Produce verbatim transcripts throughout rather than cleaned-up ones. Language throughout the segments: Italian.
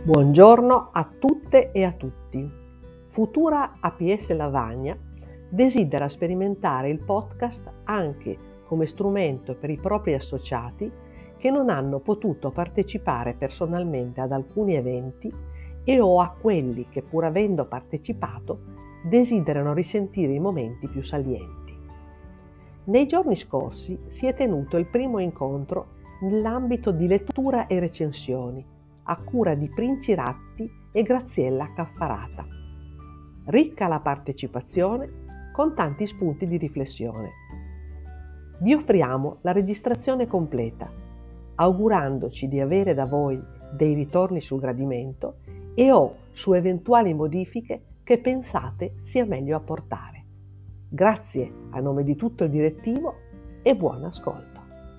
Buongiorno a tutte e a tutti. Futura A P S Lavagna desidera sperimentare il podcast anche come strumento per i propri associati che non hanno potuto partecipare personalmente ad alcuni eventi e o a quelli che, pur avendo partecipato, desiderano risentire i momenti più salienti. Nei giorni scorsi si è tenuto il primo incontro nell'ambito di lettura e recensioni, a cura di Princi Ratti e Graziella Caffarata. Ricca la partecipazione, con tanti spunti di riflessione. Vi offriamo la registrazione completa, augurandoci di avere da voi dei ritorni sul gradimento e o su eventuali modifiche che pensate sia meglio apportare. Grazie a nome di tutto il direttivo e buon ascolto.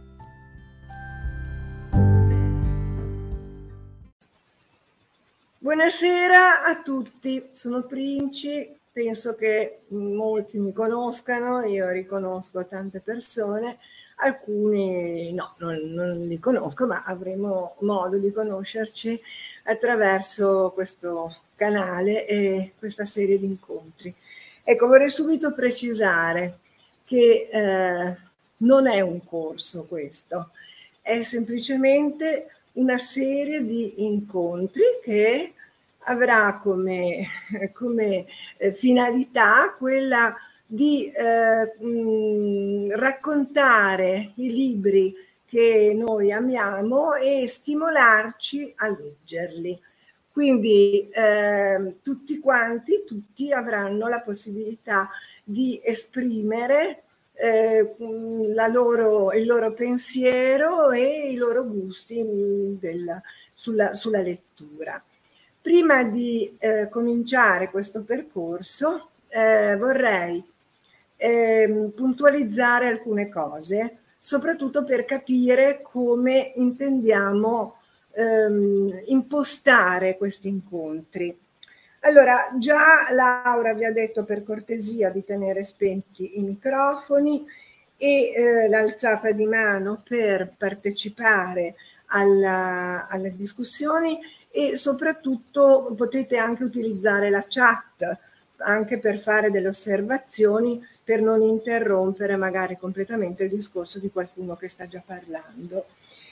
Buonasera a tutti, sono Princi, penso che molti mi conoscano, io riconosco tante persone, alcuni no, non, non li conosco, ma avremo modo di conoscerci attraverso questo canale e questa serie di incontri. Ecco, vorrei subito precisare che eh, non è un corso questo, è semplicemente una serie di incontri che avrà come, come eh, finalità quella di eh, mh, raccontare i libri che noi amiamo e stimolarci a leggerli. Quindi eh, tutti quanti, tutti avranno la possibilità di esprimere eh, la loro, il loro pensiero e i loro gusti del, sulla, sulla lettura. Prima di eh, cominciare questo percorso eh, vorrei eh, puntualizzare alcune cose, soprattutto per capire come intendiamo ehm, impostare questi incontri. Allora, già Laura vi ha detto per cortesia di tenere spenti i microfoni e eh, l'alzata di mano per partecipare alla, alle discussioni e soprattutto potete anche utilizzare la chat anche per fare delle osservazioni, per non interrompere magari completamente il discorso di qualcuno che sta già parlando.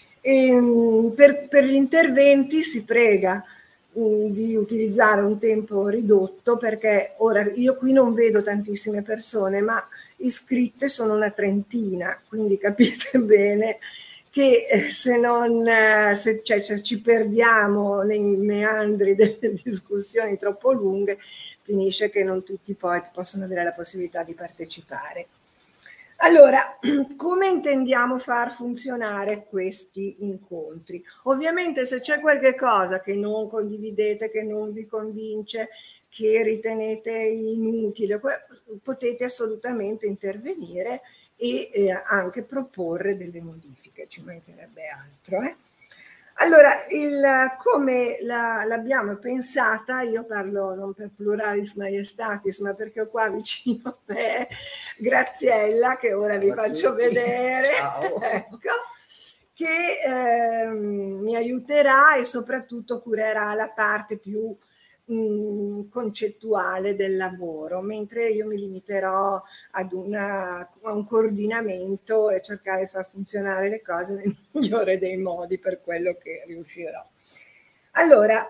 E, per, per gli interventi si prega di utilizzare un tempo ridotto, perché ora io qui non vedo tantissime persone, ma iscritte sono una trentina, quindi capite bene che se non se, cioè, se ci perdiamo nei meandri delle discussioni troppo lunghe, finisce che non tutti poi possono avere la possibilità di partecipare. Allora, come intendiamo far funzionare questi incontri? Ovviamente se c'è qualche cosa che non condividete, che non vi convince, che ritenete inutile, potete assolutamente intervenire e eh, anche proporre delle modifiche, ci mancherebbe altro. Eh? Allora, il, come la, l'abbiamo pensata, io parlo non per pluralis majestatis, ma perché ho qua vicino a me Graziella, che ora vi faccio vedere, ecco, che eh, mi aiuterà e soprattutto curerà la parte più mh, concettuale del lavoro, mentre io mi limiterò ad una, a un coordinamento e cercare di far funzionare le cose nel migliore dei modi per quello che riuscirò. Allora,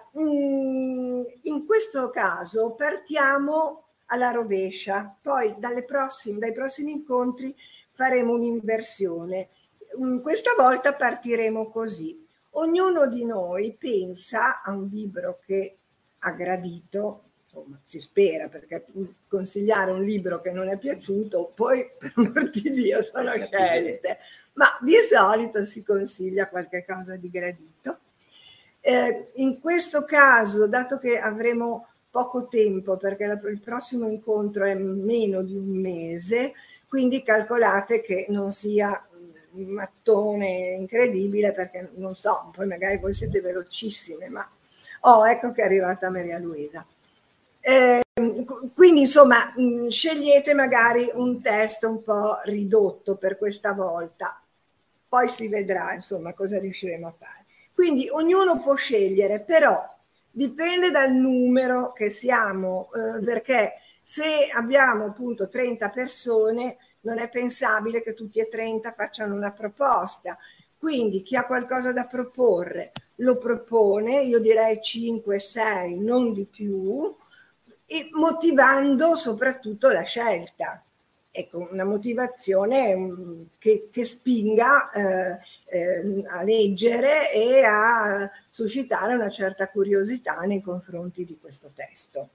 in questo caso partiamo alla rovescia, poi dalle prossime, dai prossimi incontri faremo un'inversione. Questa volta partiremo così. Ognuno di noi pensa a un libro che ha gradito, insomma, si spera, perché consigliare un libro che non è piaciuto, poi per amor di Dio sono scelte, ma di solito si consiglia qualche cosa di gradito. Eh, in questo caso, dato che avremo poco tempo, perché il prossimo incontro è meno di un mese, quindi calcolate che non sia un mattone incredibile, perché non so, poi magari voi siete velocissime, ma oh, ecco che è arrivata Maria Luisa. Eh, quindi insomma scegliete magari un testo un po' ridotto per questa volta, poi si vedrà insomma cosa riusciremo a fare. Quindi ognuno può scegliere, però dipende dal numero che siamo, eh, perché se abbiamo appunto trenta persone non è pensabile che tutti e trenta facciano una proposta. Quindi chi ha qualcosa da proporre lo propone, io direi cinque sei, non di più, e motivando soprattutto la scelta. Ecco, una motivazione che, che spinga eh, eh, a leggere e a suscitare una certa curiosità nei confronti di questo testo.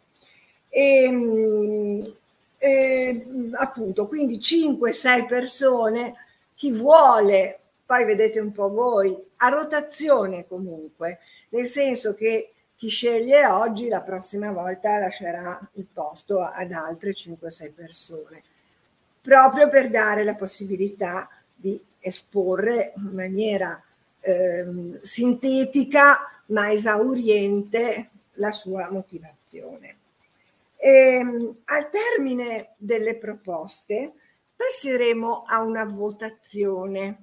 E, e, appunto, quindi cinque sei persone, chi vuole, poi vedete un po' voi, a rotazione comunque, nel senso che chi sceglie oggi la prossima volta lascerà il posto ad altre cinque sei persone, proprio per dare la possibilità di esporre in maniera eh, sintetica ma esauriente la sua motivazione. E, al termine delle proposte passeremo a una votazione.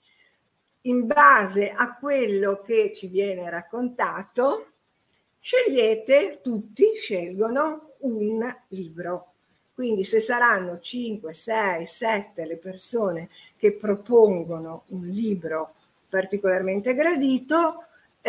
In base a quello che ci viene raccontato, scegliete, tutti scelgono un libro. Quindi se saranno cinque, sei, sette le persone che propongono un libro particolarmente gradito,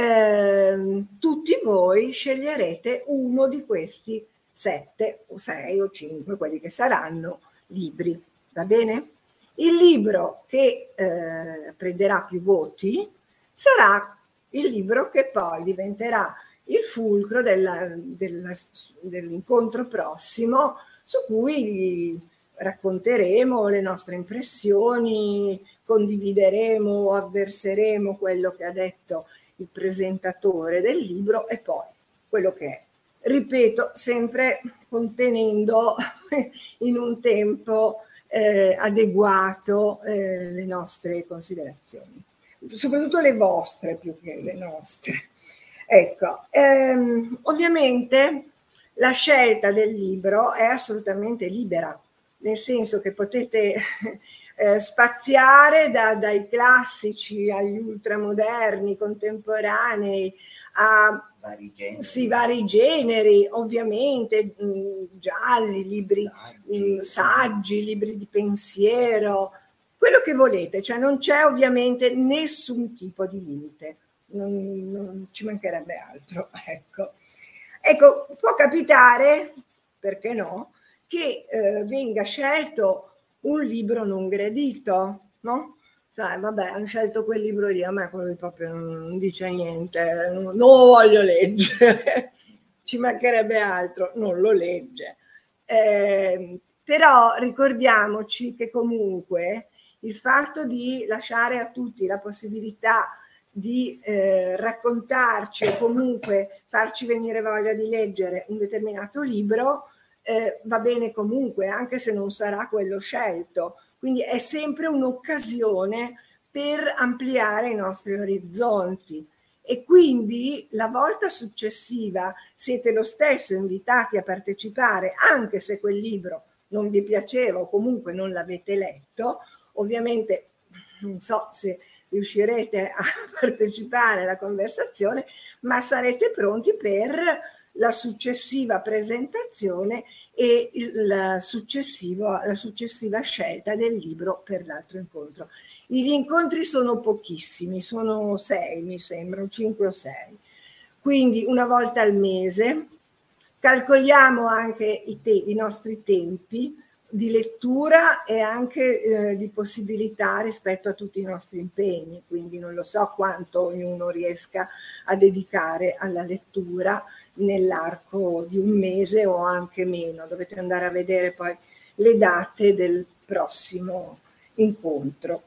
eh, tutti voi sceglierete uno di questi sette o sei o cinque, quelli che saranno, libri. Va bene? Il libro che eh, prenderà più voti sarà il libro che poi diventerà il fulcro della, della, dell'incontro prossimo, su cui racconteremo le nostre impressioni, condivideremo o avverseremo quello che ha detto il presentatore del libro e poi quello che è. Ripeto, sempre contenendo in un tempo eh, adeguato eh, le nostre considerazioni, soprattutto le vostre più che le nostre. Ecco, ehm, ovviamente la scelta del libro è assolutamente libera, nel senso che potete eh, spaziare da, dai classici agli ultramoderni, contemporanei, a vari generi, sì, vari generi ovviamente, mh, gialli, libri, saggi. Mh, saggi, libri di pensiero, quello che volete, cioè non c'è ovviamente nessun tipo di limite. Non, non ci mancherebbe altro, ecco. Ecco, può capitare, perché no, che eh, venga scelto un libro non gradito, no? Cioè, vabbè, hanno scelto quel libro lì, a me quello proprio non dice niente, non, non lo voglio leggere, ci mancherebbe altro, non lo legge. Eh, però ricordiamoci che comunque il fatto di lasciare a tutti la possibilità di eh, raccontarci o comunque farci venire voglia di leggere un determinato libro eh, va bene comunque, anche se non sarà quello scelto. Quindi è sempre un'occasione per ampliare i nostri orizzonti e quindi la volta successiva siete lo stesso invitati a partecipare, anche se quel libro non vi piaceva o comunque non l'avete letto. Ovviamente non so se riuscirete a partecipare alla conversazione, ma sarete pronti per la successiva presentazione e la successiva, la successiva scelta del libro per l'altro incontro. Gli incontri sono pochissimi, sono sei, mi sembra, cinque o sei. Quindi una volta al mese calcoliamo anche i, te- i nostri tempi di lettura e anche eh, di possibilità rispetto a tutti i nostri impegni, quindi non lo so quanto ognuno riesca a dedicare alla lettura nell'arco di un mese o anche meno. Dovete andare a vedere poi le date del prossimo incontro.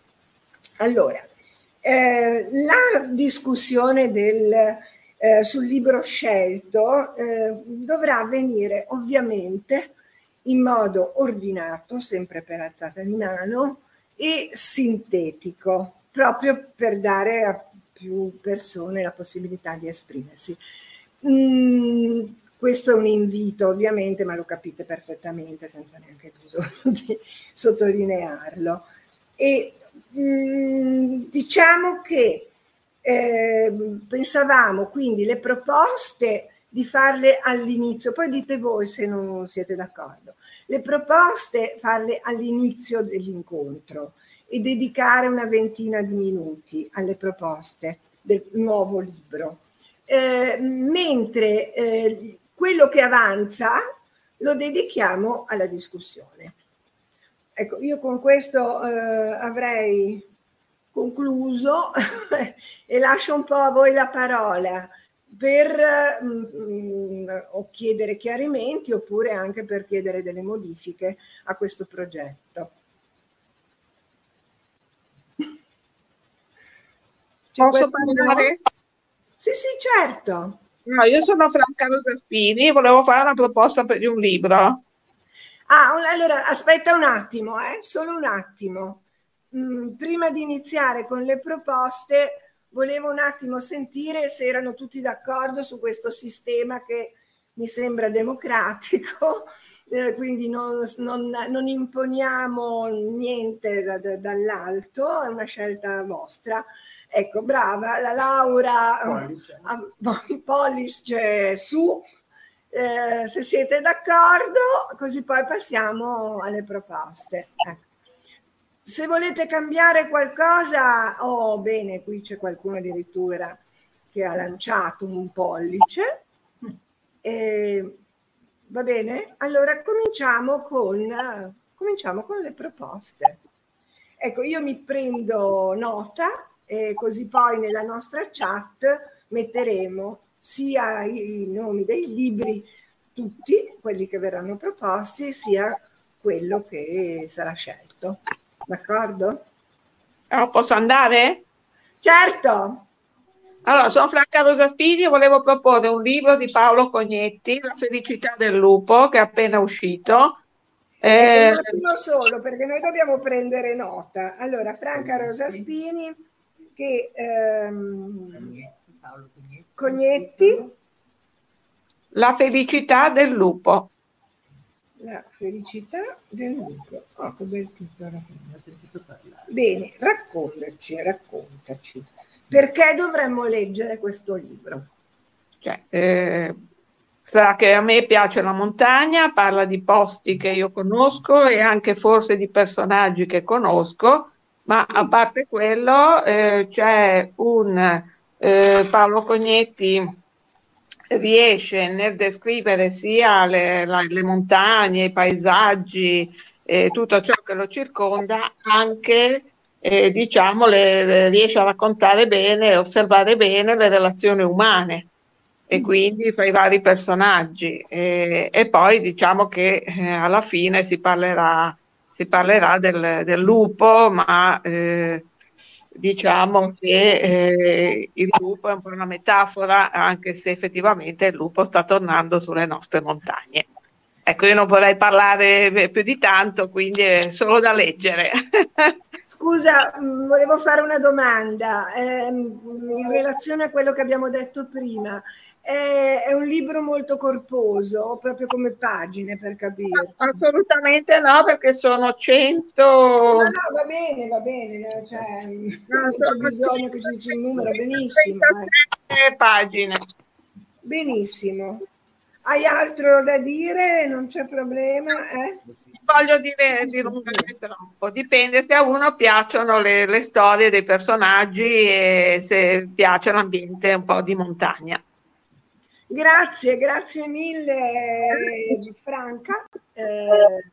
Allora, eh, la discussione del, eh, sul libro scelto eh, dovrà avvenire ovviamente in modo ordinato, sempre per alzata di mano, e sintetico, proprio per dare a più persone la possibilità di esprimersi. Mm, questo è un invito ovviamente, ma lo capite perfettamente senza neanche bisogno di sottolinearlo. E mm, diciamo che Eh, pensavamo quindi le proposte di farle all'inizio, poi dite voi se non siete d'accordo, le proposte farle all'inizio dell'incontro e dedicare una ventina di minuti alle proposte del nuovo libro, eh, mentre eh, quello che avanza lo dedichiamo alla discussione. Ecco, io con questo eh, avrei concluso e lascio un po' a voi la parola per mh, o chiedere chiarimenti oppure anche per chiedere delle modifiche a questo progetto. Posso parlare? Sì, sì, certo. No, io sono Franca Rosaspini, volevo fare una proposta per un libro. Ah, allora aspetta un attimo, eh? Solo un attimo. Mm, prima di iniziare con le proposte, volevo un attimo sentire se erano tutti d'accordo su questo sistema che mi sembra democratico, eh, quindi non, non, non imponiamo niente da, da, dall'alto, è una scelta vostra. Ecco, brava, la Laura Pollice, Pollice su, eh, se siete d'accordo, così poi passiamo alle proposte. Ecco. Se volete cambiare qualcosa, oh bene, qui c'è qualcuno addirittura che ha lanciato un pollice. Eh, va bene? Allora cominciamo con, cominciamo con le proposte. Ecco, io mi prendo nota e così poi nella nostra chat metteremo sia i nomi dei libri, tutti quelli che verranno proposti, sia quello che sarà scelto. D'accordo? Oh, posso andare? Certo! Allora, sono Franca Rosaspini e volevo proporre un libro di Paolo Cognetti, La felicità del lupo, che è appena uscito. Eh... Un attimo solo, perché noi dobbiamo prendere nota. Allora, Franca Rosaspini, che ehm, Cognetti. La felicità del lupo. La felicità del lupo. Oh, che bel titolo. Bene, raccontaci, raccontaci. Perché dovremmo leggere questo libro? Cioè, eh, sa che a me piace la montagna, parla di posti che io conosco e anche forse di personaggi che conosco, ma a parte quello eh, c'è un eh, Paolo Cognetti riesce nel descrivere sia le, la, le montagne, i paesaggi, eh, tutto ciò che lo circonda, anche eh, diciamo le, le, riesce a raccontare bene, osservare bene le relazioni umane e quindi fra i vari personaggi e, e poi diciamo che eh, alla fine si parlerà, si parlerà del, del lupo, ma eh, diciamo che eh, il lupo è un po' una metafora, anche se effettivamente il lupo sta tornando sulle nostre montagne. Ecco, io non vorrei parlare più di tanto, quindi è solo da leggere. Scusa, volevo fare una domanda eh, in relazione a quello che abbiamo detto prima. È, è un libro molto corposo, proprio come pagine, per capire? Assolutamente no, perché sono cento... No, no, va bene, va bene, cioè, no, non c'è bisogno che ci dici il numero, benissimo. trentasette eh. pagine. Benissimo. Hai altro da dire? Non c'è problema? Eh? Voglio dire dilungare troppo, dipende se a uno piacciono le, le storie dei personaggi e se piace l'ambiente un po' di montagna. Grazie, grazie mille Franca, eh,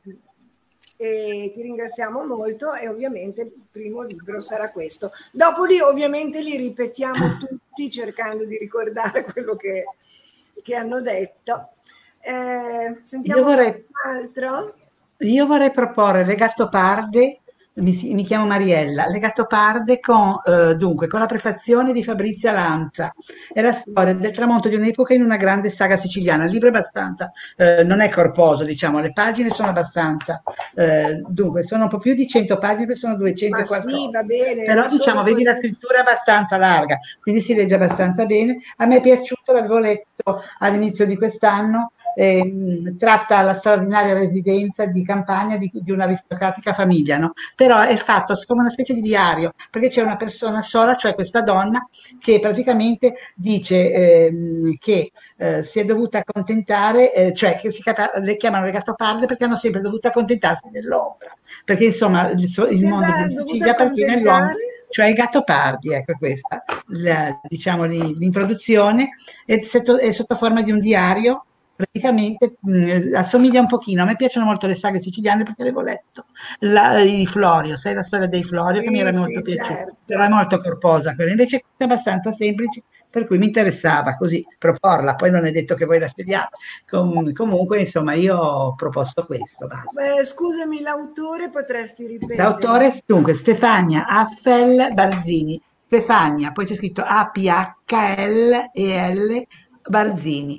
e ti ringraziamo molto e ovviamente il primo libro sarà questo. Dopo lì ovviamente li ripetiamo tutti cercando di ricordare quello che, che hanno detto. Eh, sentiamo io vorrei, altro? Io vorrei proporre Le Gattoparde. Mi, mi chiamo Mariella, Le Gattoparde con, eh, dunque, con la prefazione di Fabrizia Lanza. È la storia del tramonto di un'epoca in una grande saga siciliana. Il libro è abbastanza, eh, non è corposo, diciamo, le pagine sono abbastanza, eh, dunque, sono un po' più di cento pagine, sono duecento e qualcosa. Sì, va bene. Però diciamo, vedi la scrittura è abbastanza larga, quindi si legge abbastanza bene. A me è piaciuto, l'avevo letto all'inizio di quest'anno ehm, tratta la straordinaria residenza di campagna di, di un'aristocratica famiglia, no? Però è fatto come una specie di diario, perché c'è una persona sola, cioè questa donna, che praticamente dice ehm, che eh, si è dovuta accontentare, eh, cioè che si capa- le chiamano le gattoparde perché hanno sempre dovuto accontentarsi dell'ombra, perché insomma il, so- Si il è mondo di dovuta Sicilia appartiene all'uomo, accontentare? cioè i gattopardi, ecco questa, la- diciamo lì, l'introduzione, è sotto, è sotto forma di un diario, praticamente mh, assomiglia un pochino, a me piacciono molto le saghe siciliane perché avevo letto la, i Florio, sai la storia dei Florio che mi era Sì, molto sì, piaciuta, però è certo. molto corposa, quella invece è abbastanza semplice, per cui mi interessava così proporla, poi non è detto che voi la scegliate. Com- comunque insomma io ho proposto questo, basta. Beh, scusami, l'autore potresti ripetere? L'autore, dunque, Stefania Affel Barzini. Stefania, poi c'è scritto A P H L E L Barzini.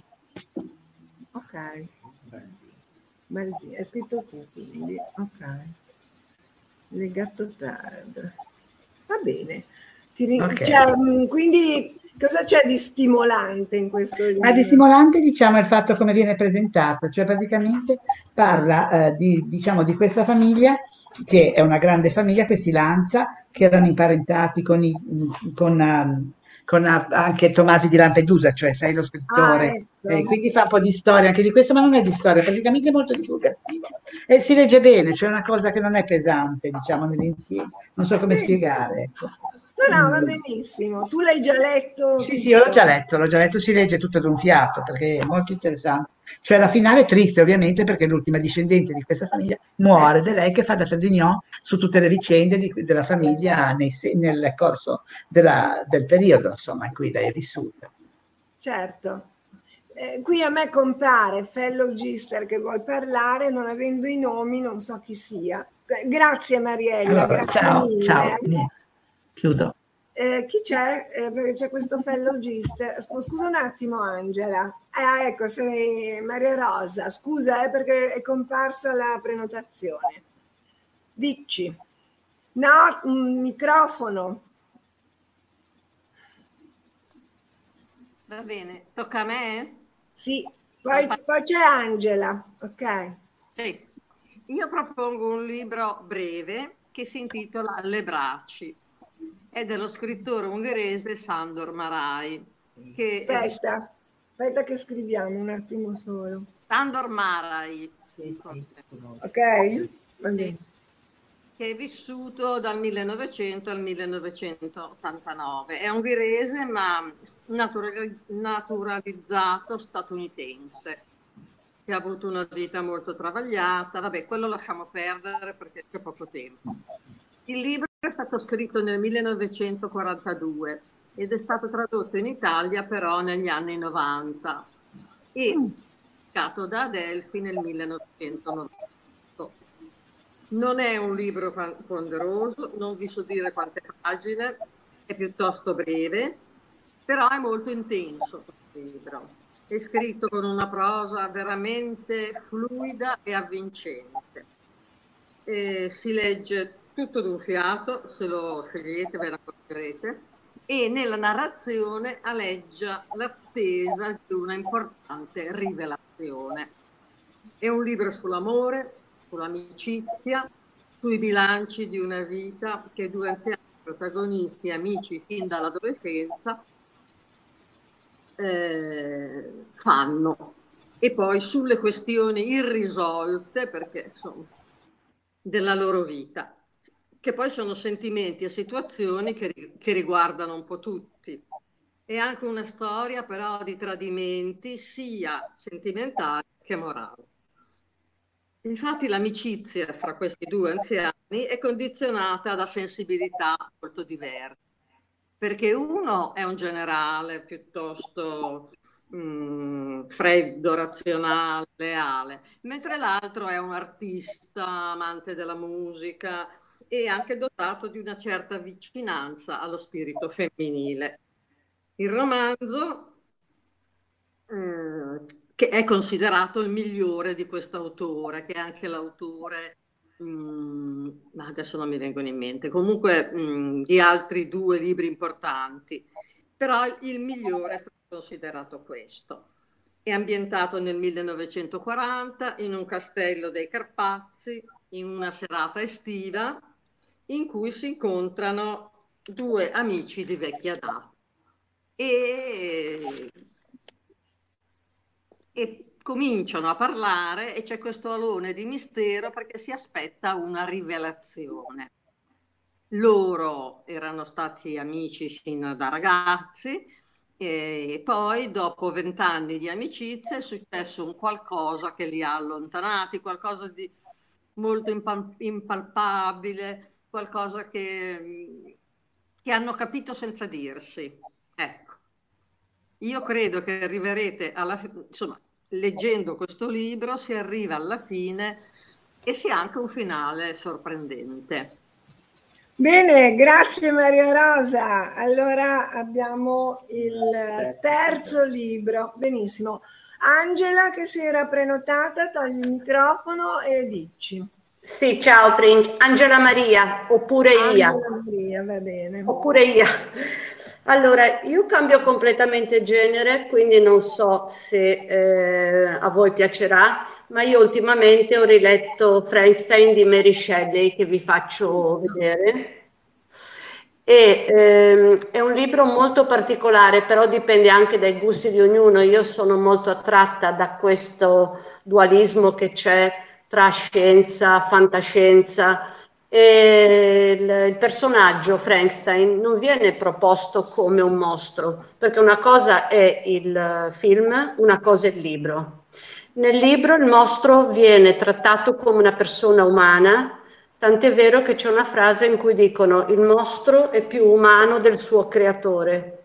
Ok, Marzia, è scritto qui, quindi, ok. Legato tardo. Va bene. Ti ri- Ok. cioè, mh, quindi cosa c'è di stimolante in questo Ma di libro? stimolante, diciamo, è il fatto come viene presentato, cioè praticamente parla eh, di, diciamo, di questa famiglia che è una grande famiglia, questi Lanza, che erano imparentati con, i, con, ehm, con a- anche Tomasi di Lampedusa, cioè sai lo Ah, scrittore, e ecco. quindi fa un po' di storia anche di questo, ma non è di storia, praticamente è molto divulgativo e si legge bene, cioè è una cosa che non è pesante, diciamo, nell'insieme, non so come Sì. spiegare, ecco. No, no, va Mm. benissimo. Tu l'hai già letto Sì, sì, io l'ho tutto. già letto, l'ho già letto, si legge tutto d'un fiato perché è molto interessante. Cioè la finale è triste ovviamente perché l'ultima discendente di questa famiglia muore ed è lei che fa da Ferdinand su tutte le vicende di- della famiglia nei se- nel corso della- del periodo insomma, in cui lei è vissuta. Certo. Eh, qui a me compare Fellow Gister che vuol parlare, non avendo i nomi non so chi sia. Eh, Grazie Mariella, Allora, grazie ciao, mille. ciao, niente, chiudo. Eh, chi c'è? Eh, perché c'è questo Fellow Gister. Scu- Scusa un attimo Angela. Ah, ecco, sei Maria Rosa. Scusa, eh, perché è comparsa la prenotazione. Dici. No, un microfono. Va bene, tocca a me? Sì. Non Poi, fa- poi c'è Angela. Ok. Sì. Io propongo un libro breve che si intitola Le Braci. È dello scrittore ungherese Sándor Márai, che è vissuto... Aspetta, aspetta che scriviamo un attimo solo. Sándor Márai, Ok? Va bene. che è vissuto dal millenovecento al millenovecentottantanove. È ungherese ma naturali- naturalizzato statunitense, che ha avuto una vita molto travagliata. Vabbè, quello lasciamo perdere perché c'è poco tempo. Il libro è stato scritto nel millenovecentoquarantadue ed è stato tradotto in Italia però negli anni novanta e pubblicato da Adelphi nel millenovecentonovantotto. Non è un libro ponderoso, non vi so dire quante pagine, è piuttosto breve, però è molto intenso questo libro. È scritto con una prosa veramente fluida e avvincente. Eh, si legge tutto d'un fiato, se lo scegliete ve la accorgerete, e nella narrazione aleggia l'attesa di una importante rivelazione. È un libro sull'amore, sull'amicizia, sui bilanci di una vita che due anziani protagonisti, amici fin dall'adolescenza, eh, fanno. E poi sulle questioni irrisolte, perché insomma, della loro vita, che poi sono sentimenti e situazioni che, che riguardano un po' tutti. È anche una storia però di tradimenti sia sentimentali che morali. Infatti l'amicizia fra questi due anziani è condizionata da sensibilità molto diverse, perché uno è un generale piuttosto mh, freddo, razionale, leale, mentre l'altro è un artista, amante della musica e anche dotato di una certa vicinanza allo spirito femminile. Il romanzo eh, che è considerato il migliore di questo autore, che è anche l'autore, mh, ma adesso non mi vengono in mente, comunque mh, di altri due libri importanti, però il migliore è stato considerato questo. È ambientato nel millenovecentoquaranta in un castello dei Carpazi, in una serata estiva in cui si incontrano due amici di vecchia data e, e cominciano a parlare, e c'è questo alone di mistero perché si aspetta una rivelazione. Loro erano stati amici fino da ragazzi e poi dopo vent'anni di amicizia è successo un qualcosa che li ha allontanati, qualcosa di molto impal- impalpabile, qualcosa che, che hanno capito senza dirsi. Ecco, io credo che arriverete alla fine, insomma, leggendo questo libro si arriva alla fine e si ha anche un finale sorprendente. Bene, grazie Maria Rosa. Allora abbiamo il terzo libro. Benissimo. Angela che si era prenotata, togli il microfono e dici. Sì, ciao Prince. Angela Maria, oppure Ia. Angela Maria, va bene. Oppure Ia. Allora, io cambio completamente genere, quindi non so se eh, a voi piacerà, ma io ultimamente ho riletto Frankenstein di Mary Shelley, che vi faccio vedere. E, ehm, è un libro molto particolare, però dipende anche dai gusti di ognuno. Io sono molto attratta da questo dualismo che c'è tra scienza, fantascienza. E il, il personaggio Frankenstein non viene proposto come un mostro, perché una cosa è il film, una cosa è il libro. Nel libro il mostro viene trattato come una persona umana, tant'è vero che c'è una frase in cui dicono il mostro è più umano del suo creatore.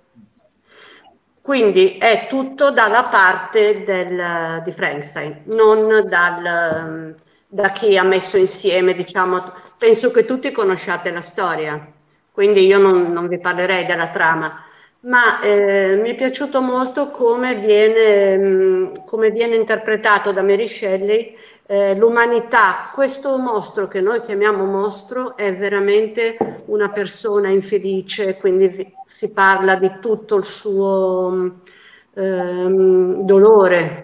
Quindi è tutto dalla parte del, di Frankenstein, non dal, da chi ha messo insieme, diciamo. Penso che tutti conosciate la storia, quindi io non, non vi parlerei della trama, ma eh, mi è piaciuto molto come viene, mh, come viene interpretato da Mary Shelley eh, l'umanità. Questo mostro che noi chiamiamo mostro è veramente una persona infelice, quindi si parla di tutto il suo ehm, dolore.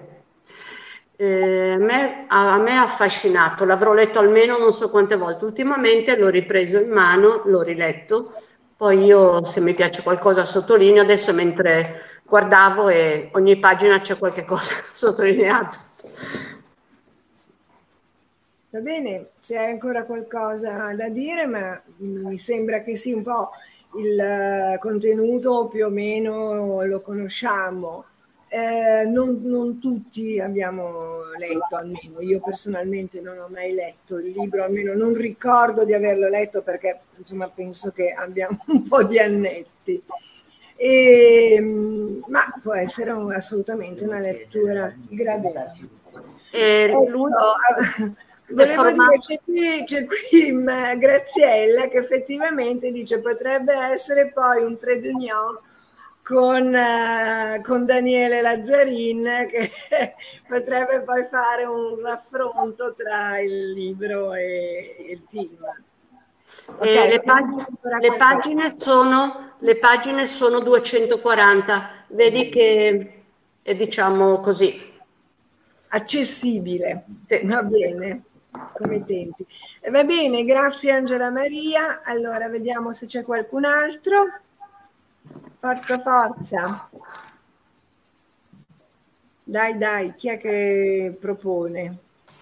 Eh, a, me, a, a me ha affascinato, l'avrò letto almeno non so quante volte. Ultimamente l'ho ripreso in mano, l'ho riletto, poi io se mi piace qualcosa sottolineo. Adesso mentre guardavo e ogni pagina c'è qualche cosa sottolineato. Va bene, c'è ancora qualcosa da dire, ma mi sembra che sì, un po' il contenuto più o meno lo conosciamo. Eh, non, non tutti abbiamo letto, almeno io personalmente non ho mai letto il libro, almeno non ricordo di averlo letto perché insomma penso che abbiamo un po' di annetti. E, ma può essere un, assolutamente una lettura gradevole. E lui... Ecco, volevo dire, c'è qui, c'è qui Graziella che effettivamente dice potrebbe essere poi un trait d'union con, uh, con Daniele Lazzarin che potrebbe poi fare un raffronto tra il libro e, e il film. Okay, eh, le, pagine, le, pagine sono, le pagine sono duecentoquaranta, vedi che è, diciamo così, accessibile, sì. Va bene, come tempi. Va bene, grazie Angela Maria. Allora vediamo se c'è qualcun altro. Forza, forza. Dai, dai, chi è che propone?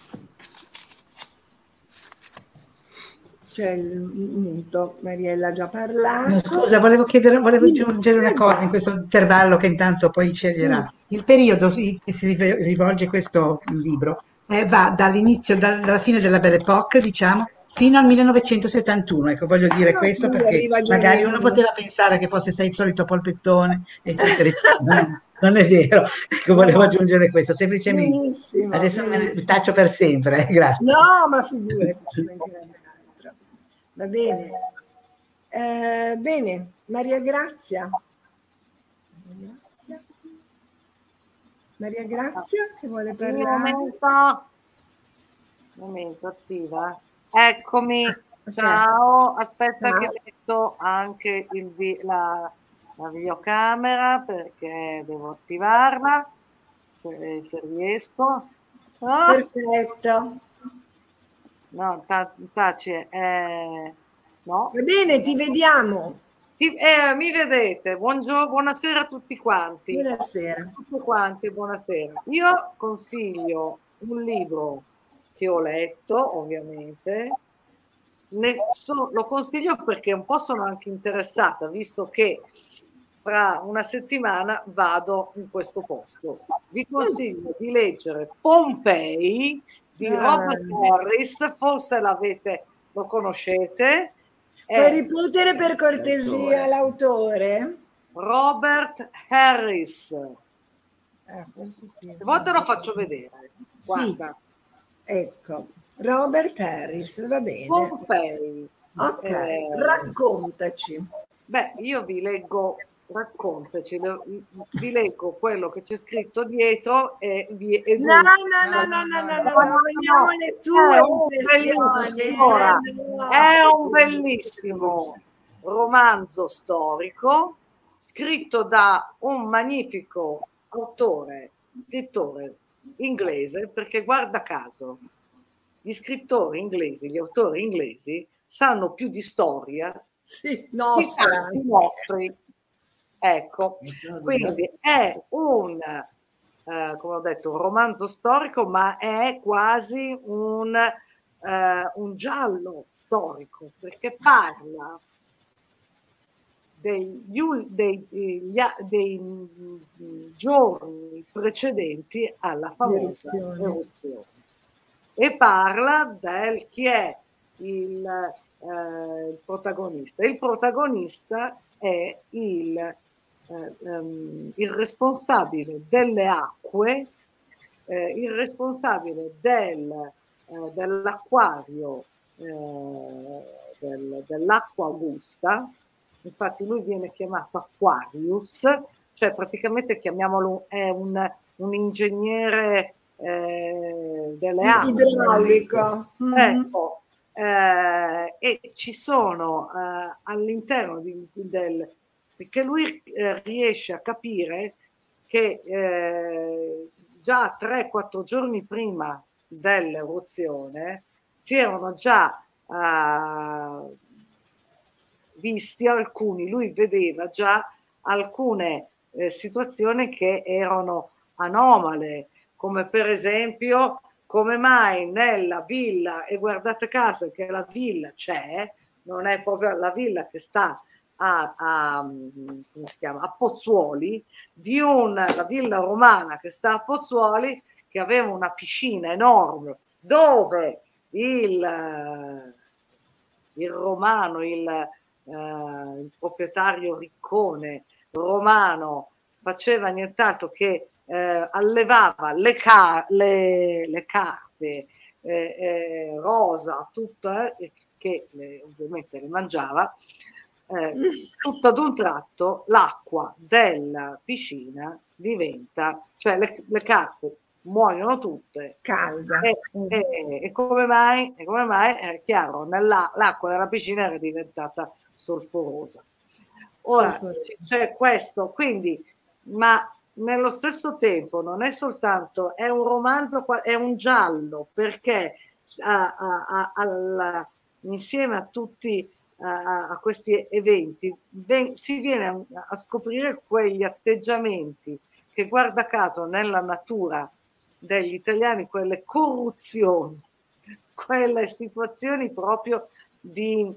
C'è il muto, Mariella ha già parlato. Scusa, volevo chiedere, volevo aggiungere una cosa in questo intervallo che intanto poi sceglierà. Il periodo che si rivolge questo libro eh, va dall'inizio, dalla fine della Belle Époque, diciamo, fino al millenovecentosettantuno. Ecco, voglio dire no, questo perché magari uno poteva pensare che fosse sei il solito polpettone, eccetera. No, non è vero. Ecco, volevo no. aggiungere questo, semplicemente. Benissimo, adesso benissimo. Me ne taccio per sempre, eh, grazie. No, ma figurati. Va bene. Eh, bene, Maria Grazia. Maria Grazia che vuole parlare. Un momento, un momento, attiva. Eccomi, okay. Ciao, aspetta Ciao. Che metto anche il, la, la videocamera perché devo attivarla. se, se riesco. Ah, Perfetto. no, ta- taci, eh, no. Va bene, ti vediamo. Ti- eh, mi vedete? Buongiorno, buonasera a tutti quanti. Buonasera. Tutti quanti, buonasera. Io consiglio un libro che ho letto, ovviamente. Ne so- lo consiglio perché un po' sono anche interessata, visto che fra una settimana vado in questo posto. Vi consiglio di leggere Pompei di Ah. Robert Harris, forse l'avete, lo conoscete. Puoi È ripetere per cortesia l'autore? Robert Harris. Ah, forse sì. Se vuoi te lo faccio vedere. Guarda. Ecco, Robert Harris, va bene. Pompei. Ok, Eh, raccontaci. Beh, io vi leggo, raccontaci, lo- vi leggo quello che c'è scritto dietro e vi e No, no, no, no, no, no, no, no, vogliamo le tue È un impressioni. bellissimo, ora, eh, no. è un bellissimo romanzo storico scritto da un magnifico autore, scrittore inglese, perché guarda caso, gli scrittori inglesi, gli autori inglesi sanno più di storia Sì, di nostra. tanti nostri. Ecco, quindi è un, eh, come ho detto, un romanzo storico, ma è quasi un, eh, un giallo storico, perché parla degli, ul- dei, degli a- dei, mm, giorni precedenti alla famosa L'eruzione. eruzione e parla del chi è il, eh, il protagonista. Il protagonista è il, eh, ehm, il responsabile delle acque, eh, il responsabile del, eh, dell'acquario, eh, del- dell'acqua Augusta. Infatti lui viene chiamato Aquarius, cioè praticamente chiamiamolo, è un, un ingegnere eh, delle acque. Idraulico. Mhm. Ecco, eh, e ci sono eh, all'interno di, del, che lui eh, riesce a capire che eh, già tre quattro giorni prima dell'eruzione si erano già eh, visti alcuni, lui vedeva già alcune eh, situazioni che erano anomale, come per esempio come mai nella villa, e guardate caso che la villa c'è, non è proprio la villa che sta a, a, come si chiama, a Pozzuoli, di una la villa romana che sta a Pozzuoli, che aveva una piscina enorme dove il, il romano, il, eh, il proprietario riccone romano faceva nient'altro che eh, allevava le, car- le, le carpe eh, eh, rosa, tutte, eh, che le, ovviamente le mangiava, eh, tutto ad un tratto l'acqua della piscina diventa, cioè le, le carpe muoiono tutte. Calda. E, e, e come mai? E come mai? È chiaro, nella, l'acqua della piscina era diventata solforosa. Ora c'è questo, quindi, ma nello stesso tempo non è soltanto, è un romanzo, è un giallo, perché a, a, a, alla, insieme a tutti a, a questi eventi ven, si viene a, a scoprire quegli atteggiamenti che guarda caso nella natura degli italiani, quelle corruzioni, quelle situazioni proprio di,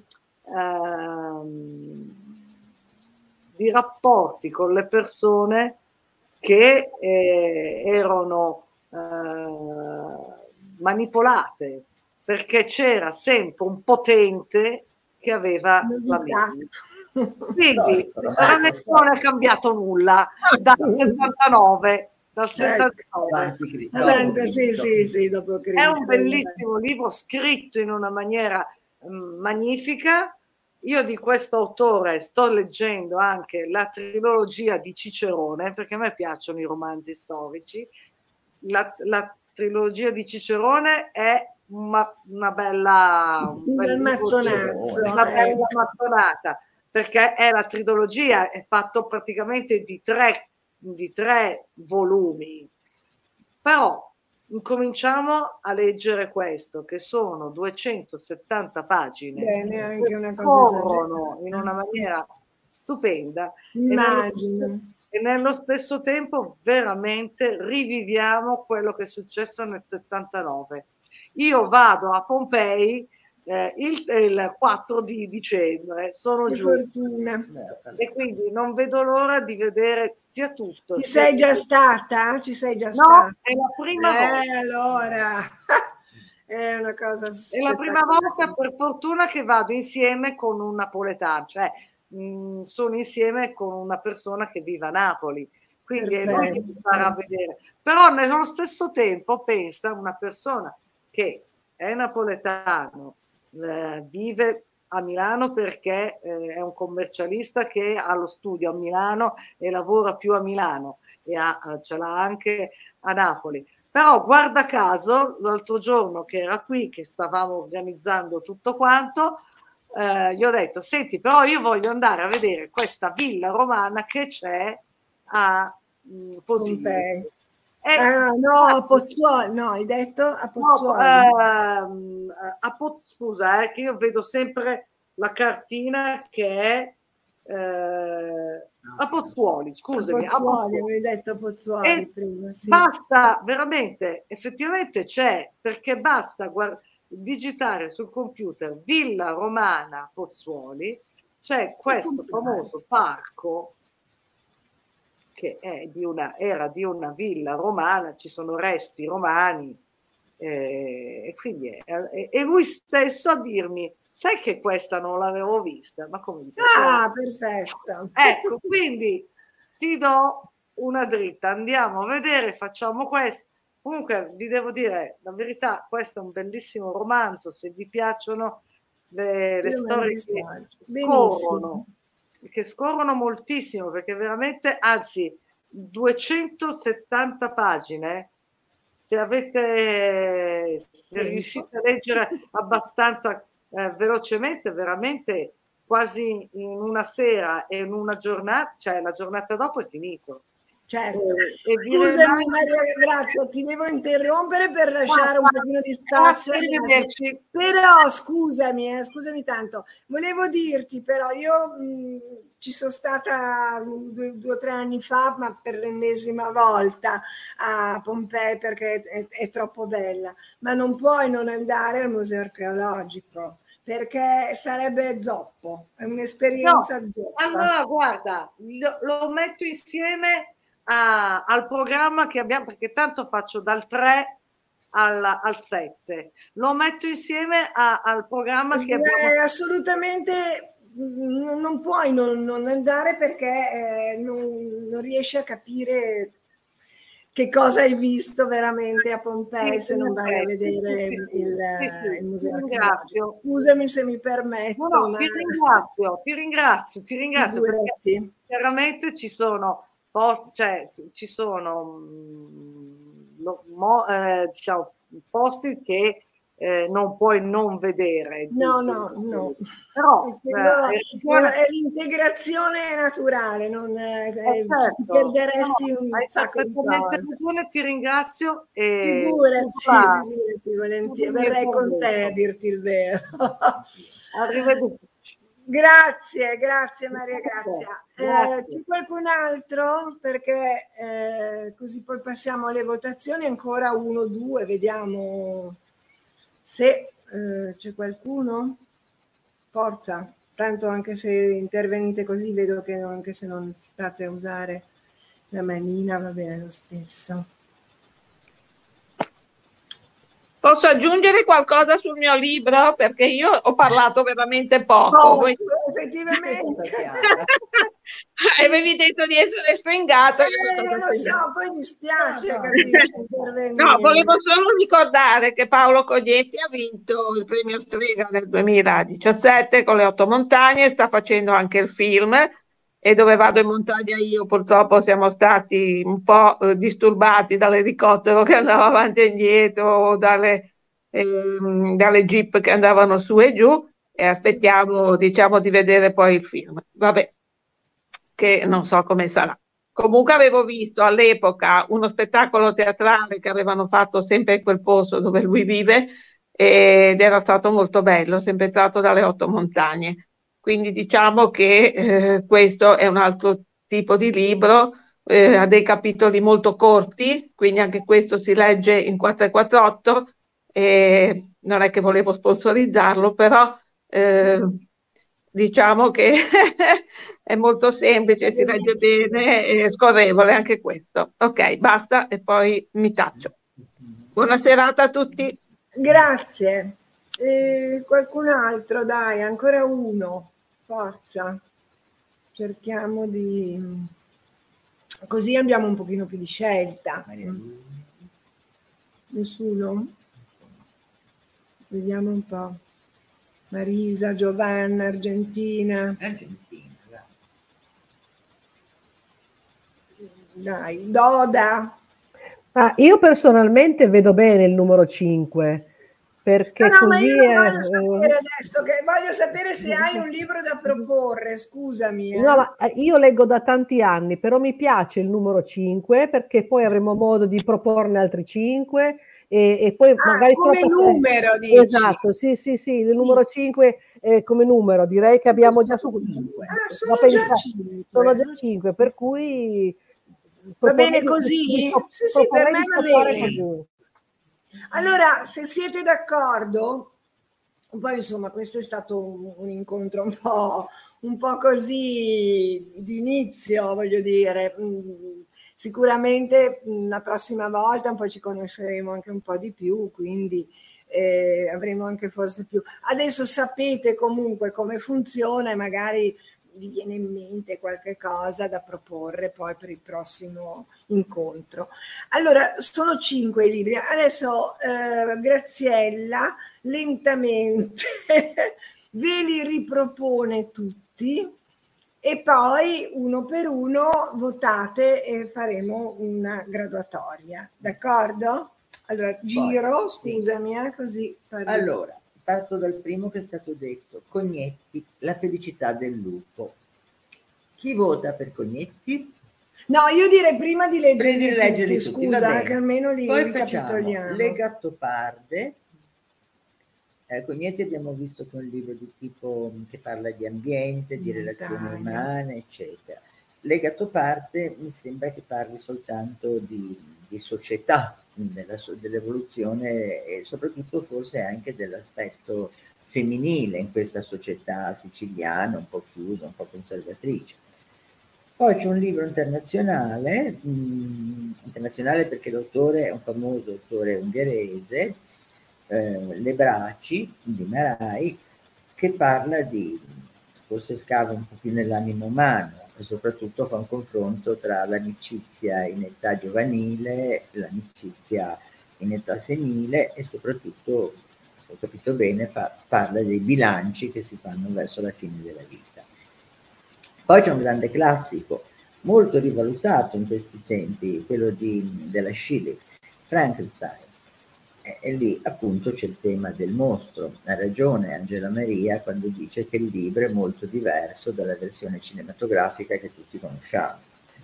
ehm, di rapporti con le persone che eh, erano eh, manipolate, perché c'era sempre un potente che aveva la meglio. Quindi veramente non è cambiato nulla dal settantanove. Dal settantanove. Ecco. Sì, sì, sì, dopo Cristo. È un bellissimo libro scritto in una maniera mh, magnifica. Io di questo autore sto leggendo anche la trilogia di Cicerone, perché a me piacciono i romanzi storici. La, la trilogia di Cicerone è una, una bella un una bella mattonata, perché è la trilogia, è fatto praticamente di tre, di tre volumi, Però incominciamo a leggere questo, che sono duecentosettanta pagine Bene, anche una che cosa corrono in una maniera stupenda e nello, immagino. e nello stesso tempo veramente riviviamo quello che è successo nel settantanove. Io vado a Pompei eh, il, il quattro di dicembre, sono Che giù fortuna. e quindi non vedo l'ora di vedere sia tutto. Ci sia sei già tutto. stata? Ci sei già No, stata? è la prima Eh, volta. allora, è una cosa È la prima volta, per fortuna, che vado insieme con un napoletano, cioè mh, sono insieme con una persona che vive a Napoli, quindi è lui che mi farà vedere. Però nello stesso tempo pensa una persona che è napoletano, eh, vive a Milano perché eh, è un commercialista che ha lo studio a Milano e lavora più a Milano e ha, ce l'ha anche a Napoli. Però guarda caso, l'altro giorno che era qui, che stavamo organizzando tutto quanto, eh, gli ho detto, senti, però io voglio andare a vedere questa villa romana che c'è a mh, Posillipo. E, ah, no, a Pozzuoli, no, hai detto a Pozzuoli. No, ehm, a Poz, scusa, eh, che io vedo sempre la cartina che è eh, a Pozzuoli, scusami. A Pozzuoli, avevi detto a Pozzuoli e prima, sì. Basta, veramente, effettivamente c'è, perché basta guard- digitare sul computer Villa Romana Pozzuoli, c'è questo famoso parco che è di una, era di una villa romana, ci sono resti romani, eh, e quindi è, e lui stesso a dirmi, sai che questa non l'avevo vista, ma come dico? Ah, perfetto. Ecco, quindi ti do una dritta, andiamo a vedere, facciamo questo. Comunque vi devo dire la verità, questo è un bellissimo romanzo, se vi piacciono le, le storie che scorrono, che scorrono moltissimo, perché veramente, anzi, duecentosettanta pagine, se avete, se riuscite a leggere abbastanza eh, velocemente, veramente quasi in una sera e in una giornata, cioè la giornata dopo è finito. Certo. E, e Scusami rimane... Maria Grazia, ti devo interrompere per lasciare un pochino di spazio. Grazie, però scusami, eh, scusami tanto, volevo dirti però, io mh, ci sono stata due, due o tre anni fa, ma per l'ennesima volta a Pompei perché è, è troppo bella, ma non puoi non andare al museo archeologico, perché sarebbe zoppo, è un'esperienza no, zoppa. Allora guarda, lo, lo metto insieme a, al programma che abbiamo, perché tanto faccio dal tre al, al sette, lo metto insieme a, al programma che abbiamo. Eh, assolutamente non puoi non, non andare perché eh, non, non riesci a capire che cosa hai visto veramente a Pompei, sì, se non vai a vedere sì, sì, il, sì, sì, il museo. Ti ringrazio. Scusami se mi permetto. No, no, ma... ti ringrazio, ti ringrazio, ti ringrazio perché chiaramente ci sono post, cioè ci sono mh, lo, mo, eh, diciamo, posti che eh, non puoi non vedere. No, di, no, di, no. Però eh, è l'integrazione naturale, non è, eh, certo, ci perderesti no, un hai sacco di cose. Ragione, ti ringrazio e figurati, figurati volentieri, verrei con te a dirti il vero. Arrivederci. Grazie, grazie Maria Grazia. Eh, c'è qualcun altro? Perché eh, così poi passiamo alle votazioni, ancora uno, due, vediamo se eh, c'è qualcuno. Forza, tanto anche se intervenite così vedo che anche se non state a usare la manina va bene lo stesso. Posso aggiungere qualcosa sul mio libro? Perché io ho parlato veramente poco. Oh, Voi... effettivamente. Avevi detto di essere stringato. Eh, lo so, poi dispiace. No, capisci, no, volevo solo ricordare che Paolo Cognetti ha vinto il premio Strega nel duemiladiciassette con Le Otto Montagne, sta facendo anche il film. E Dove vado in montagna io purtroppo siamo stati un po' eh, disturbati dall'elicottero che andava avanti e indietro, dalle, ehm, dalle jeep che andavano su e giù, e aspettiamo, diciamo, di vedere poi il film. Vabbè, che non so come sarà. Comunque avevo visto all'epoca uno spettacolo teatrale che avevano fatto sempre in quel posto dove lui vive ed era stato molto bello, sempre tratto dalle Otto Montagne. Quindi diciamo che eh, questo è un altro tipo di libro, eh, ha dei capitoli molto corti, quindi anche questo si legge in quattrocentoquarantotto. E non è che volevo sponsorizzarlo, però eh, diciamo che è molto semplice, si legge bene e è scorrevole anche questo. Ok, basta e poi mi taccio. Buona serata a tutti. Grazie. E qualcun altro, dai, ancora uno, forza. Cerchiamo di... così abbiamo un pochino più di scelta. Nessuno? Vediamo un po'. Marisa, Giovanna, Argentina. Argentina, dai. Doda. Ah, io personalmente vedo bene il numero cinque, perché No, no, ma così io non è, voglio sapere eh, adesso, che voglio sapere se hai un libro da proporre, scusami. Eh. no, ma eh, io leggo da tanti anni, però mi piace il numero cinque perché poi avremo modo di proporne altri cinque e, e poi Ah, magari come troppo- numero, dici? Esatto, sì, sì, sì, il numero cinque eh, come numero, direi che abbiamo già su, Ah, da sono già pensare. cinque. Sono già cinque, per cui Va bene proporrei di- così? di- di- Sì, sì, per proporrei me di va stoppare bene. così. Allora, se siete d'accordo, poi insomma questo è stato un, un incontro un po', un po' così di inizio, voglio dire. Mm, sicuramente mm, la prossima volta un po' ci conosceremo anche un po' di più, quindi eh, avremo anche forse più. Adesso sapete comunque come funziona e magari vi viene in mente qualche cosa da proporre poi per il prossimo incontro. Allora, sono cinque i libri. Adesso eh, Graziella lentamente ve li ripropone tutti e poi uno per uno votate e faremo una graduatoria, d'accordo? Allora, giro, sì. scusami, eh, così parli. Allora, parto dal primo che è stato detto, Cognetti, La felicità del lupo. Chi vota per Cognetti? No, io direi prima di Prima leggerli di leggerli tutti, tutti, va scusa, bene. che almeno li Poi facciamo ricapitoliamo. Le Gattoparde. Eh, Cognetti abbiamo visto che è un libro di tipo che parla di ambiente, di relazioni Montagna. umane, eccetera. Le Gattoparde mi sembra che parli soltanto di, di società, della, dell'evoluzione e soprattutto forse anche dell'aspetto femminile in questa società siciliana, un po' chiusa, un po' conservatrice. Poi c'è un libro internazionale, mh, internazionale perché l'autore è un famoso autore ungherese, eh, Le Braci di Marai, che parla di, forse scava un po' più nell'animo umano e soprattutto fa un confronto tra l'amicizia in età giovanile, l'amicizia in età senile e soprattutto, se ho capito bene, fa, parla dei bilanci che si fanno verso la fine della vita. Poi c'è un grande classico, molto rivalutato in questi tempi, quello di, della Shelley, Frankenstein. E, e lì appunto c'è il tema del mostro. Ha ragione Angela Maria quando dice che il libro è molto diverso dalla versione cinematografica che tutti conosciamo.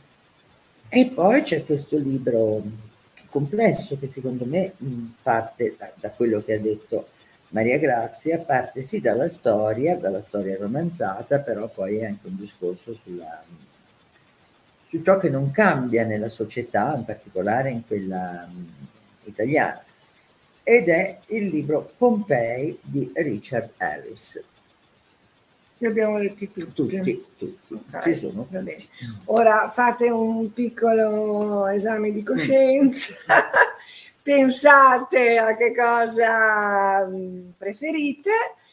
E poi c'è questo libro complesso che secondo me parte da, da quello che ha detto Maria Grazia, parte sì dalla storia, dalla storia romanzata, però poi è anche un discorso sulla, su ciò che non cambia nella società, in particolare in quella um, italiana. Ed è il libro Pompei di Richard Harris. Li abbiamo letti tutti. Tutti, tutti. Okay, Ci sono. va bene. Ora fate un piccolo esame di coscienza. Pensate a che cosa preferite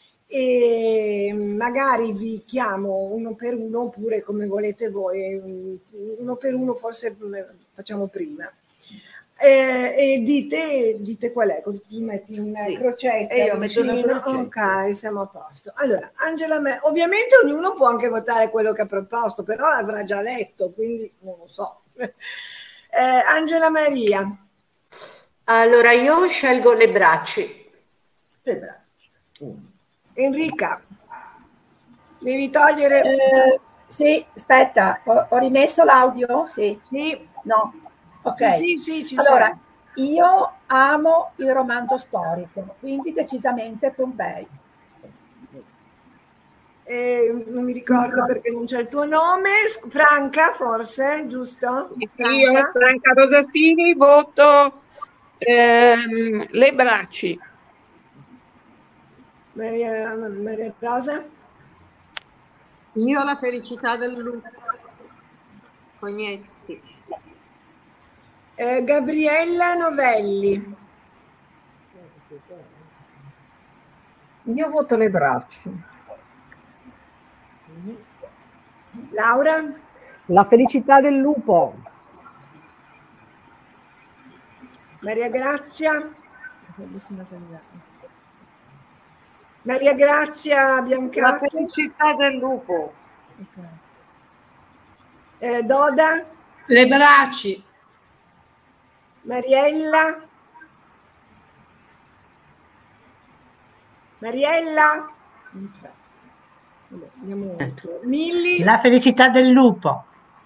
e magari vi chiamo uno per uno oppure come volete voi, uno per uno forse facciamo prima. Eh, e dite, dite qual è, così tu metti una sì. crocetta e io metto una crocetta. ok, siamo a posto. Allora, Angela, ovviamente ognuno può anche votare quello che ha proposto, però avrà già letto, quindi non lo so. Eh, Angela Maria. Allora io scelgo Le Braci. Le Braci. Uno. Enrica, devi togliere... Eh, Sì, aspetta, ho, ho rimesso l'audio? Sì. Sì. No. Ok. Sì, sì, sì, ci allora, sei. io amo il romanzo storico, quindi decisamente Pompei. Eh, non mi ricordo perché non c'è il tuo nome. Franca, forse, giusto? Io, Franca, Franca Rosaspini, voto ehm, Le Bracci. Maria, Maria Rosa, Io La felicità del lupo. Cognetti. eh, Gabriella Novelli, Io voto Le Bracci. Laura, La felicità del lupo. Maria Grazia, Maria Grazia La Biancatti, felicità del lupo. eh, Doda, Le Bracci. Mariella, Mariella, vabbè, andiamo oltre. Milli, La felicità del lupo.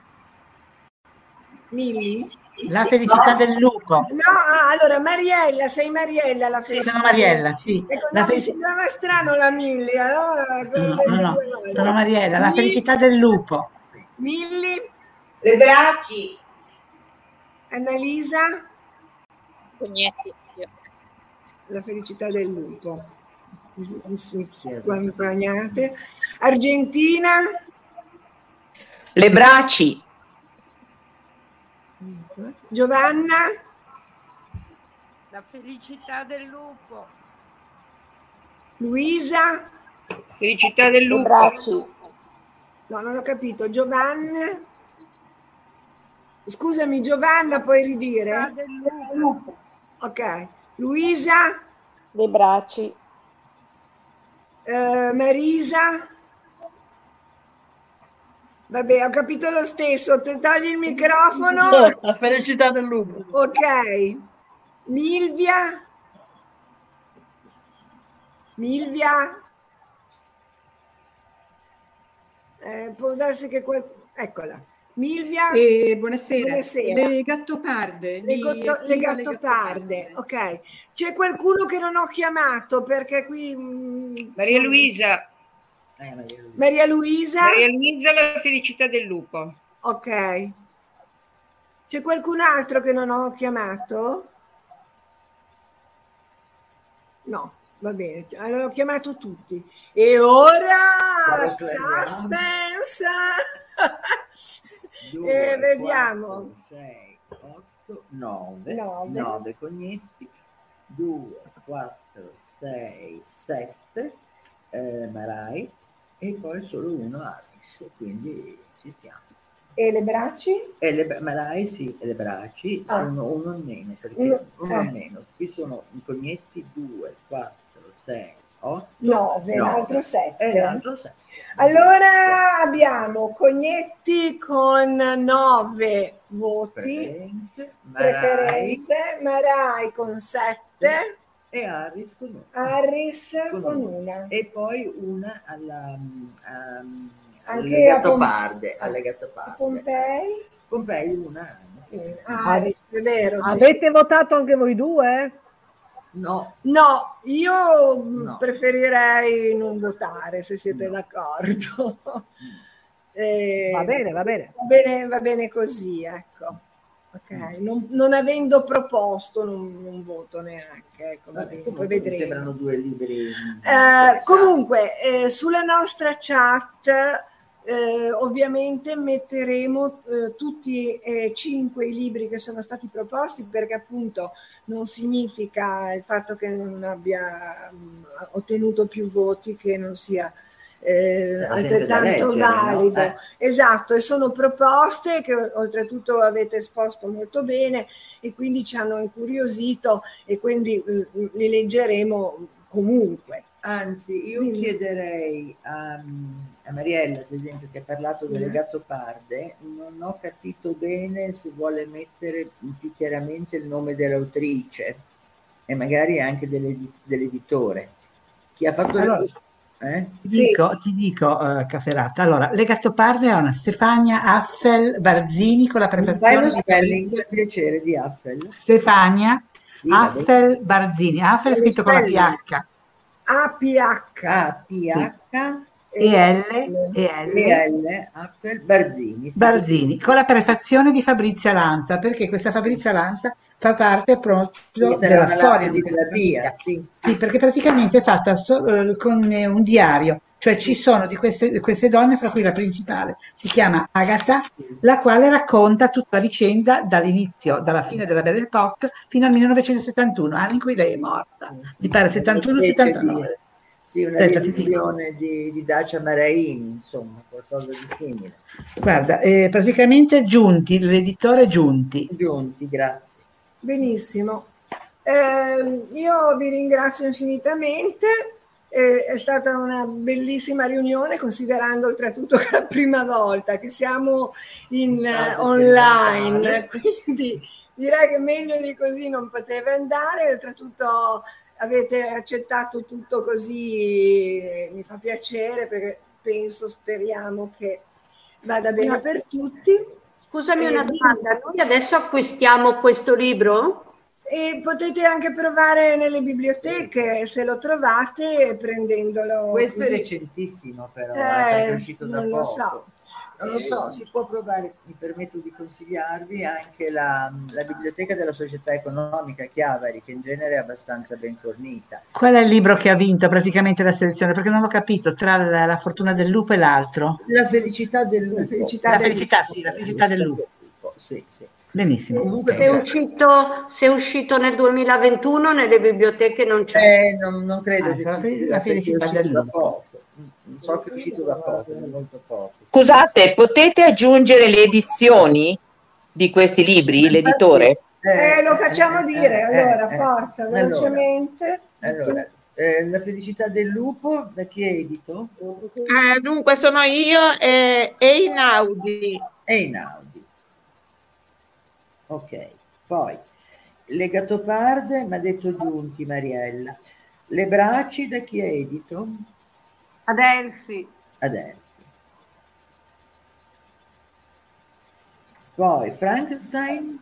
Milli? La felicità del lupo. No, ah, allora Mariella, sei Mariella la Sì, felicità. sono Mariella, sì. Ecco, La no, mi felici- sembrava strano la Milli, allora No, no, no, sono Mariella, la Milli, felicità del lupo. Milli, Le Bracci. Annalisa, Cognetti. la felicità del lupo. Quando bagnate. Argentina, Le Bracci. Giovanna, La felicità del lupo. Luisa, Felicità del lupo. no, non ho capito, Giovanna, scusami Giovanna, puoi ridire? Del lupo. Ok, Luisa, Le Bracci. eh, Marisa, vabbè, ho capito lo stesso, ti togli il microfono. La felicità del lupo. Ok, Milvia, Milvia, eh, può darsi che quel... eccola, Milvia, Eh, buonasera. buonasera. Le Gattoparde. Le, di gotto- Attiva le gattoparde, ok. C'è qualcuno che non ho chiamato perché qui... mm, Maria sono- Luisa. Eh, Maria Luisa. Maria Luisa, Maria Luisa, la felicità del lupo. ok. C'è qualcun altro che non ho chiamato? No, va bene, allora ho chiamato tutti. E ora suspense! Due, E vediamo. quattro, sei, otto, nove, Nove. nove cognetti, due, quattro, sei, sette, eh, Marai e poi solo uno Aris, quindi ci siamo. E le bracci? E le, Marai sì, e le bracci Ah. sono uno in meno, perché Uno- uno eh. in meno. Qui sono i cognetti due, quattro, sei, otto, Nove, l'altro sette. E l'altro sette. Allora abbiamo Cognetti con nove voti, Preferenze, Marai preferenze, Marai con sette, e Harris con una. Harris Con con una. una. E poi una alla, um, Anche alle a Pom- gattoparde, alle gattoparde. Pompei? Pompei una. Ah, è vero. sì, Avete votato anche voi due? No. No, io No. preferirei non votare, se siete d'accordo. Eh, Va bene, va bene. Va bene, va bene così, ecco. Ok, non, non avendo proposto non, non voto neanche, ecco, va Vabbè, bene, comunque poi mi vedremo. sembrano due libri. Eh, comunque, eh, sulla nostra chat eh, ovviamente metteremo eh, tutti e cinque i libri che sono stati proposti, perché appunto non significa il fatto che non abbia mh, ottenuto più voti che non sia eh, Sarà sempre da altrettanto leggere, no? valido. Eh. Esatto, e sono proposte che oltretutto avete esposto molto bene e quindi ci hanno incuriosito e quindi mh, li leggeremo comunque. Anzi, io Dimmi. chiederei a, a Mariella, ad esempio, che ha parlato delle Sì. gattoparde, non ho capito bene se vuole mettere più chiaramente il nome dell'autrice e magari anche dell'edi- dell'editore. Chi ha fatto Allora, le... Eh? Ti Sì. dico, ti dico eh, Caferata, allora, Le Gattoparde è una Stefania Affel Barzini con la Mi fai prefazione lo di spelling Fabrizio per piacere di Affel? Stefania Sì, va bene. Affel Barzini. Affel è Lo scritto con la spelling. P H A P H A, P, sì. H, E L, E E, L L, Affel, Barzini. Sì, Barzini con la prefazione di Fabrizia Lanza, perché questa Fabrizia Lanza fa parte sì, proprio sarà della una storia lapide di questa della Pia, famiglia. sì, Sì, sì. perché praticamente è fatta so- eh, con eh, un diario, cioè ci sono di queste, queste donne, fra cui la principale si chiama Agatha, la quale racconta tutta la vicenda dall'inizio, dalla fine della Belle Époque fino al millenovecentosettantuno, anno in cui lei è morta. Mi pare Una settantuno specie di, settantanove. sì, una Aspetta, ti dico. revisione di, di Dacia Maraini, insomma, qualcosa di simile. Guarda, eh, praticamente Giunti, l'editore Giunti. Giunti, grazie. Benissimo. Eh, io vi ringrazio infinitamente. Eh, è stata una bellissima riunione, considerando oltretutto che è la prima volta che siamo in, eh, online, quindi direi che meglio di così non poteva andare. Oltretutto avete accettato tutto così, eh, mi fa piacere, perché penso, speriamo che vada bene Una- per tutti. Scusami Eh, una domanda, noi adesso acquistiamo questo libro? E potete anche provare nelle biblioteche, se lo trovate, prendendolo. Questo è così. recentissimo però, Eh, eh, perché è uscito da non lo poco. so. Non lo so, si può provare, mi permetto di consigliarvi anche la, la biblioteca della Società Economica Chiavari, che in genere è abbastanza ben fornita. Qual è il libro che ha vinto praticamente la selezione? Perché non l'ho capito, tra la, la fortuna del lupo e l'altro. La felicità del lupo. La felicità La del felicità, lupo. sì, la felicità del lupo. Sì, sì. Benissimo. Comunque Se è uscito, se è uscito nel duemilaventuno, nelle biblioteche non c'è. Eh, non, non credo Ah, che la ci fe- sia, la perché è felicità uscito del da lupo. poco. Mm, So che è uscito da poco, da molto poco. Scusate, potete aggiungere le edizioni di questi libri, l'editore? Eh, lo facciamo dire, eh, allora, eh, forza, allora, velocemente. Allora, eh, La felicità del lupo, da chi è edito? Eh, dunque sono io e Einaudi. Einaudi. Ok, poi Le Gattoparde, mi ha detto Giunti, Mariella. Le Braci, da chi è edito? Adelsi. Adelsi. Poi Frankenstein.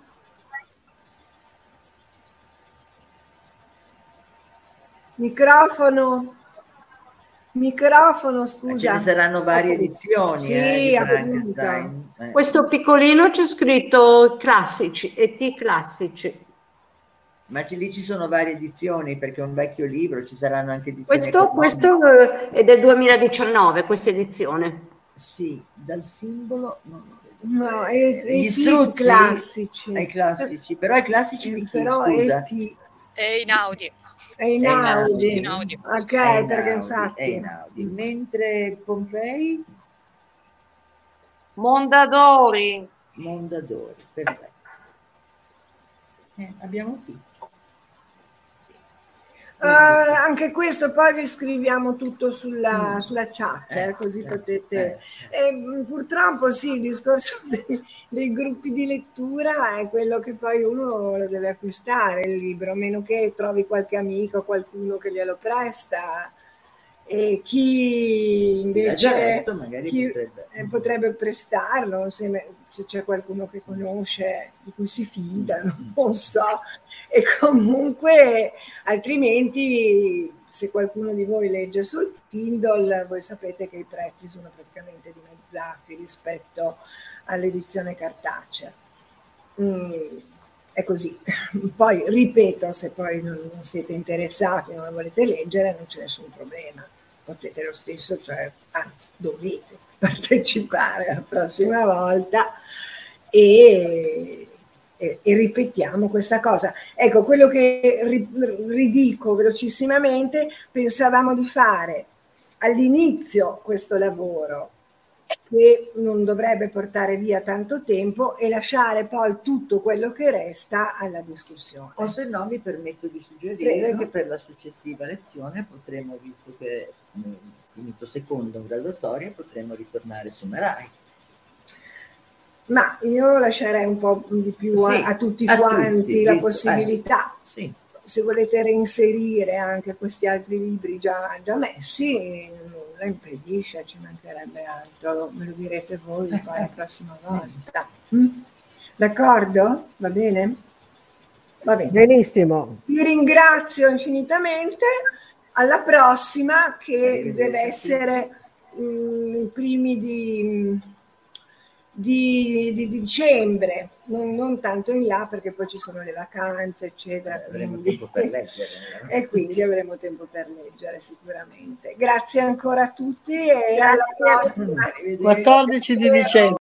Microfono. Microfono, Ce scusa. ne saranno varie edizioni Sì, eh, di appunto. Frankenstein. Eh. Questo piccolino c'è scritto classici, E T classici. Ma ci- lì ci sono varie edizioni perché è un vecchio libro, ci saranno anche edizioni Questo, economiche. questo eh, è del duemiladiciannove, questa edizione. Sì, dal simbolo non lo vedo. No, è, Gli è struzzi classici. ai classici, però ai classici di chi, Però scusa? è T. È Inaudi. È Inaudi. Inaudi. Ok, È perché Einaudi, è infatti. Einaudi. Mentre Pompei, Mondadori. Mondadori, perfetto. Eh, abbiamo tutto. Eh, anche questo poi vi scriviamo tutto sulla, Mm. sulla chat, eh, Eh, così eh, potete. eh. E, mh, purtroppo sì, il discorso dei, dei gruppi di lettura è quello che poi uno lo deve acquistare il libro, a meno che trovi qualche amico, qualcuno che glielo presta. E chi invece certo, magari chi, potrebbe. eh, potrebbe prestarlo, se, se c'è qualcuno che conosce, di cui si fida, non so. E comunque, altrimenti, se qualcuno di voi legge sul Kindle, voi sapete che i prezzi sono praticamente dimezzati rispetto all'edizione cartacea. Mm, è così. Poi, ripeto, se poi non, non siete interessati, non la volete leggere, non c'è nessun problema. Potete lo stesso, cioè, anzi, dovete partecipare la prossima volta e, e, e ripetiamo questa cosa. Ecco, quello che ri, ridico velocissimamente, pensavamo di fare all'inizio questo lavoro che non dovrebbe portare via tanto tempo e lasciare poi tutto quello che resta alla discussione. O se no mi permetto di suggerire Prego. che per la successiva lezione potremo, visto che è finito secondo in graduatoria, potremo ritornare su Marai. Ma io lascerei un po' di più a, Sì, a tutti a quanti tutti, la visto, possibilità. eh, sì. se volete reinserire anche questi altri libri già, già messi, nulla impedisce, ci mancherebbe altro, me lo direte voi poi la prossima volta. Mm? D'accordo? Va bene? Va bene. Benissimo. Vi ringrazio infinitamente. Alla prossima, che deve essere mm, i primi di, di, di dicembre, non, non tanto in là perché poi ci sono le vacanze, eccetera. Avremo Quindi, tempo per leggere. Eh? E quindi avremo tempo per leggere sicuramente. Grazie ancora a tutti e alla prossima. quattordici di dicembre.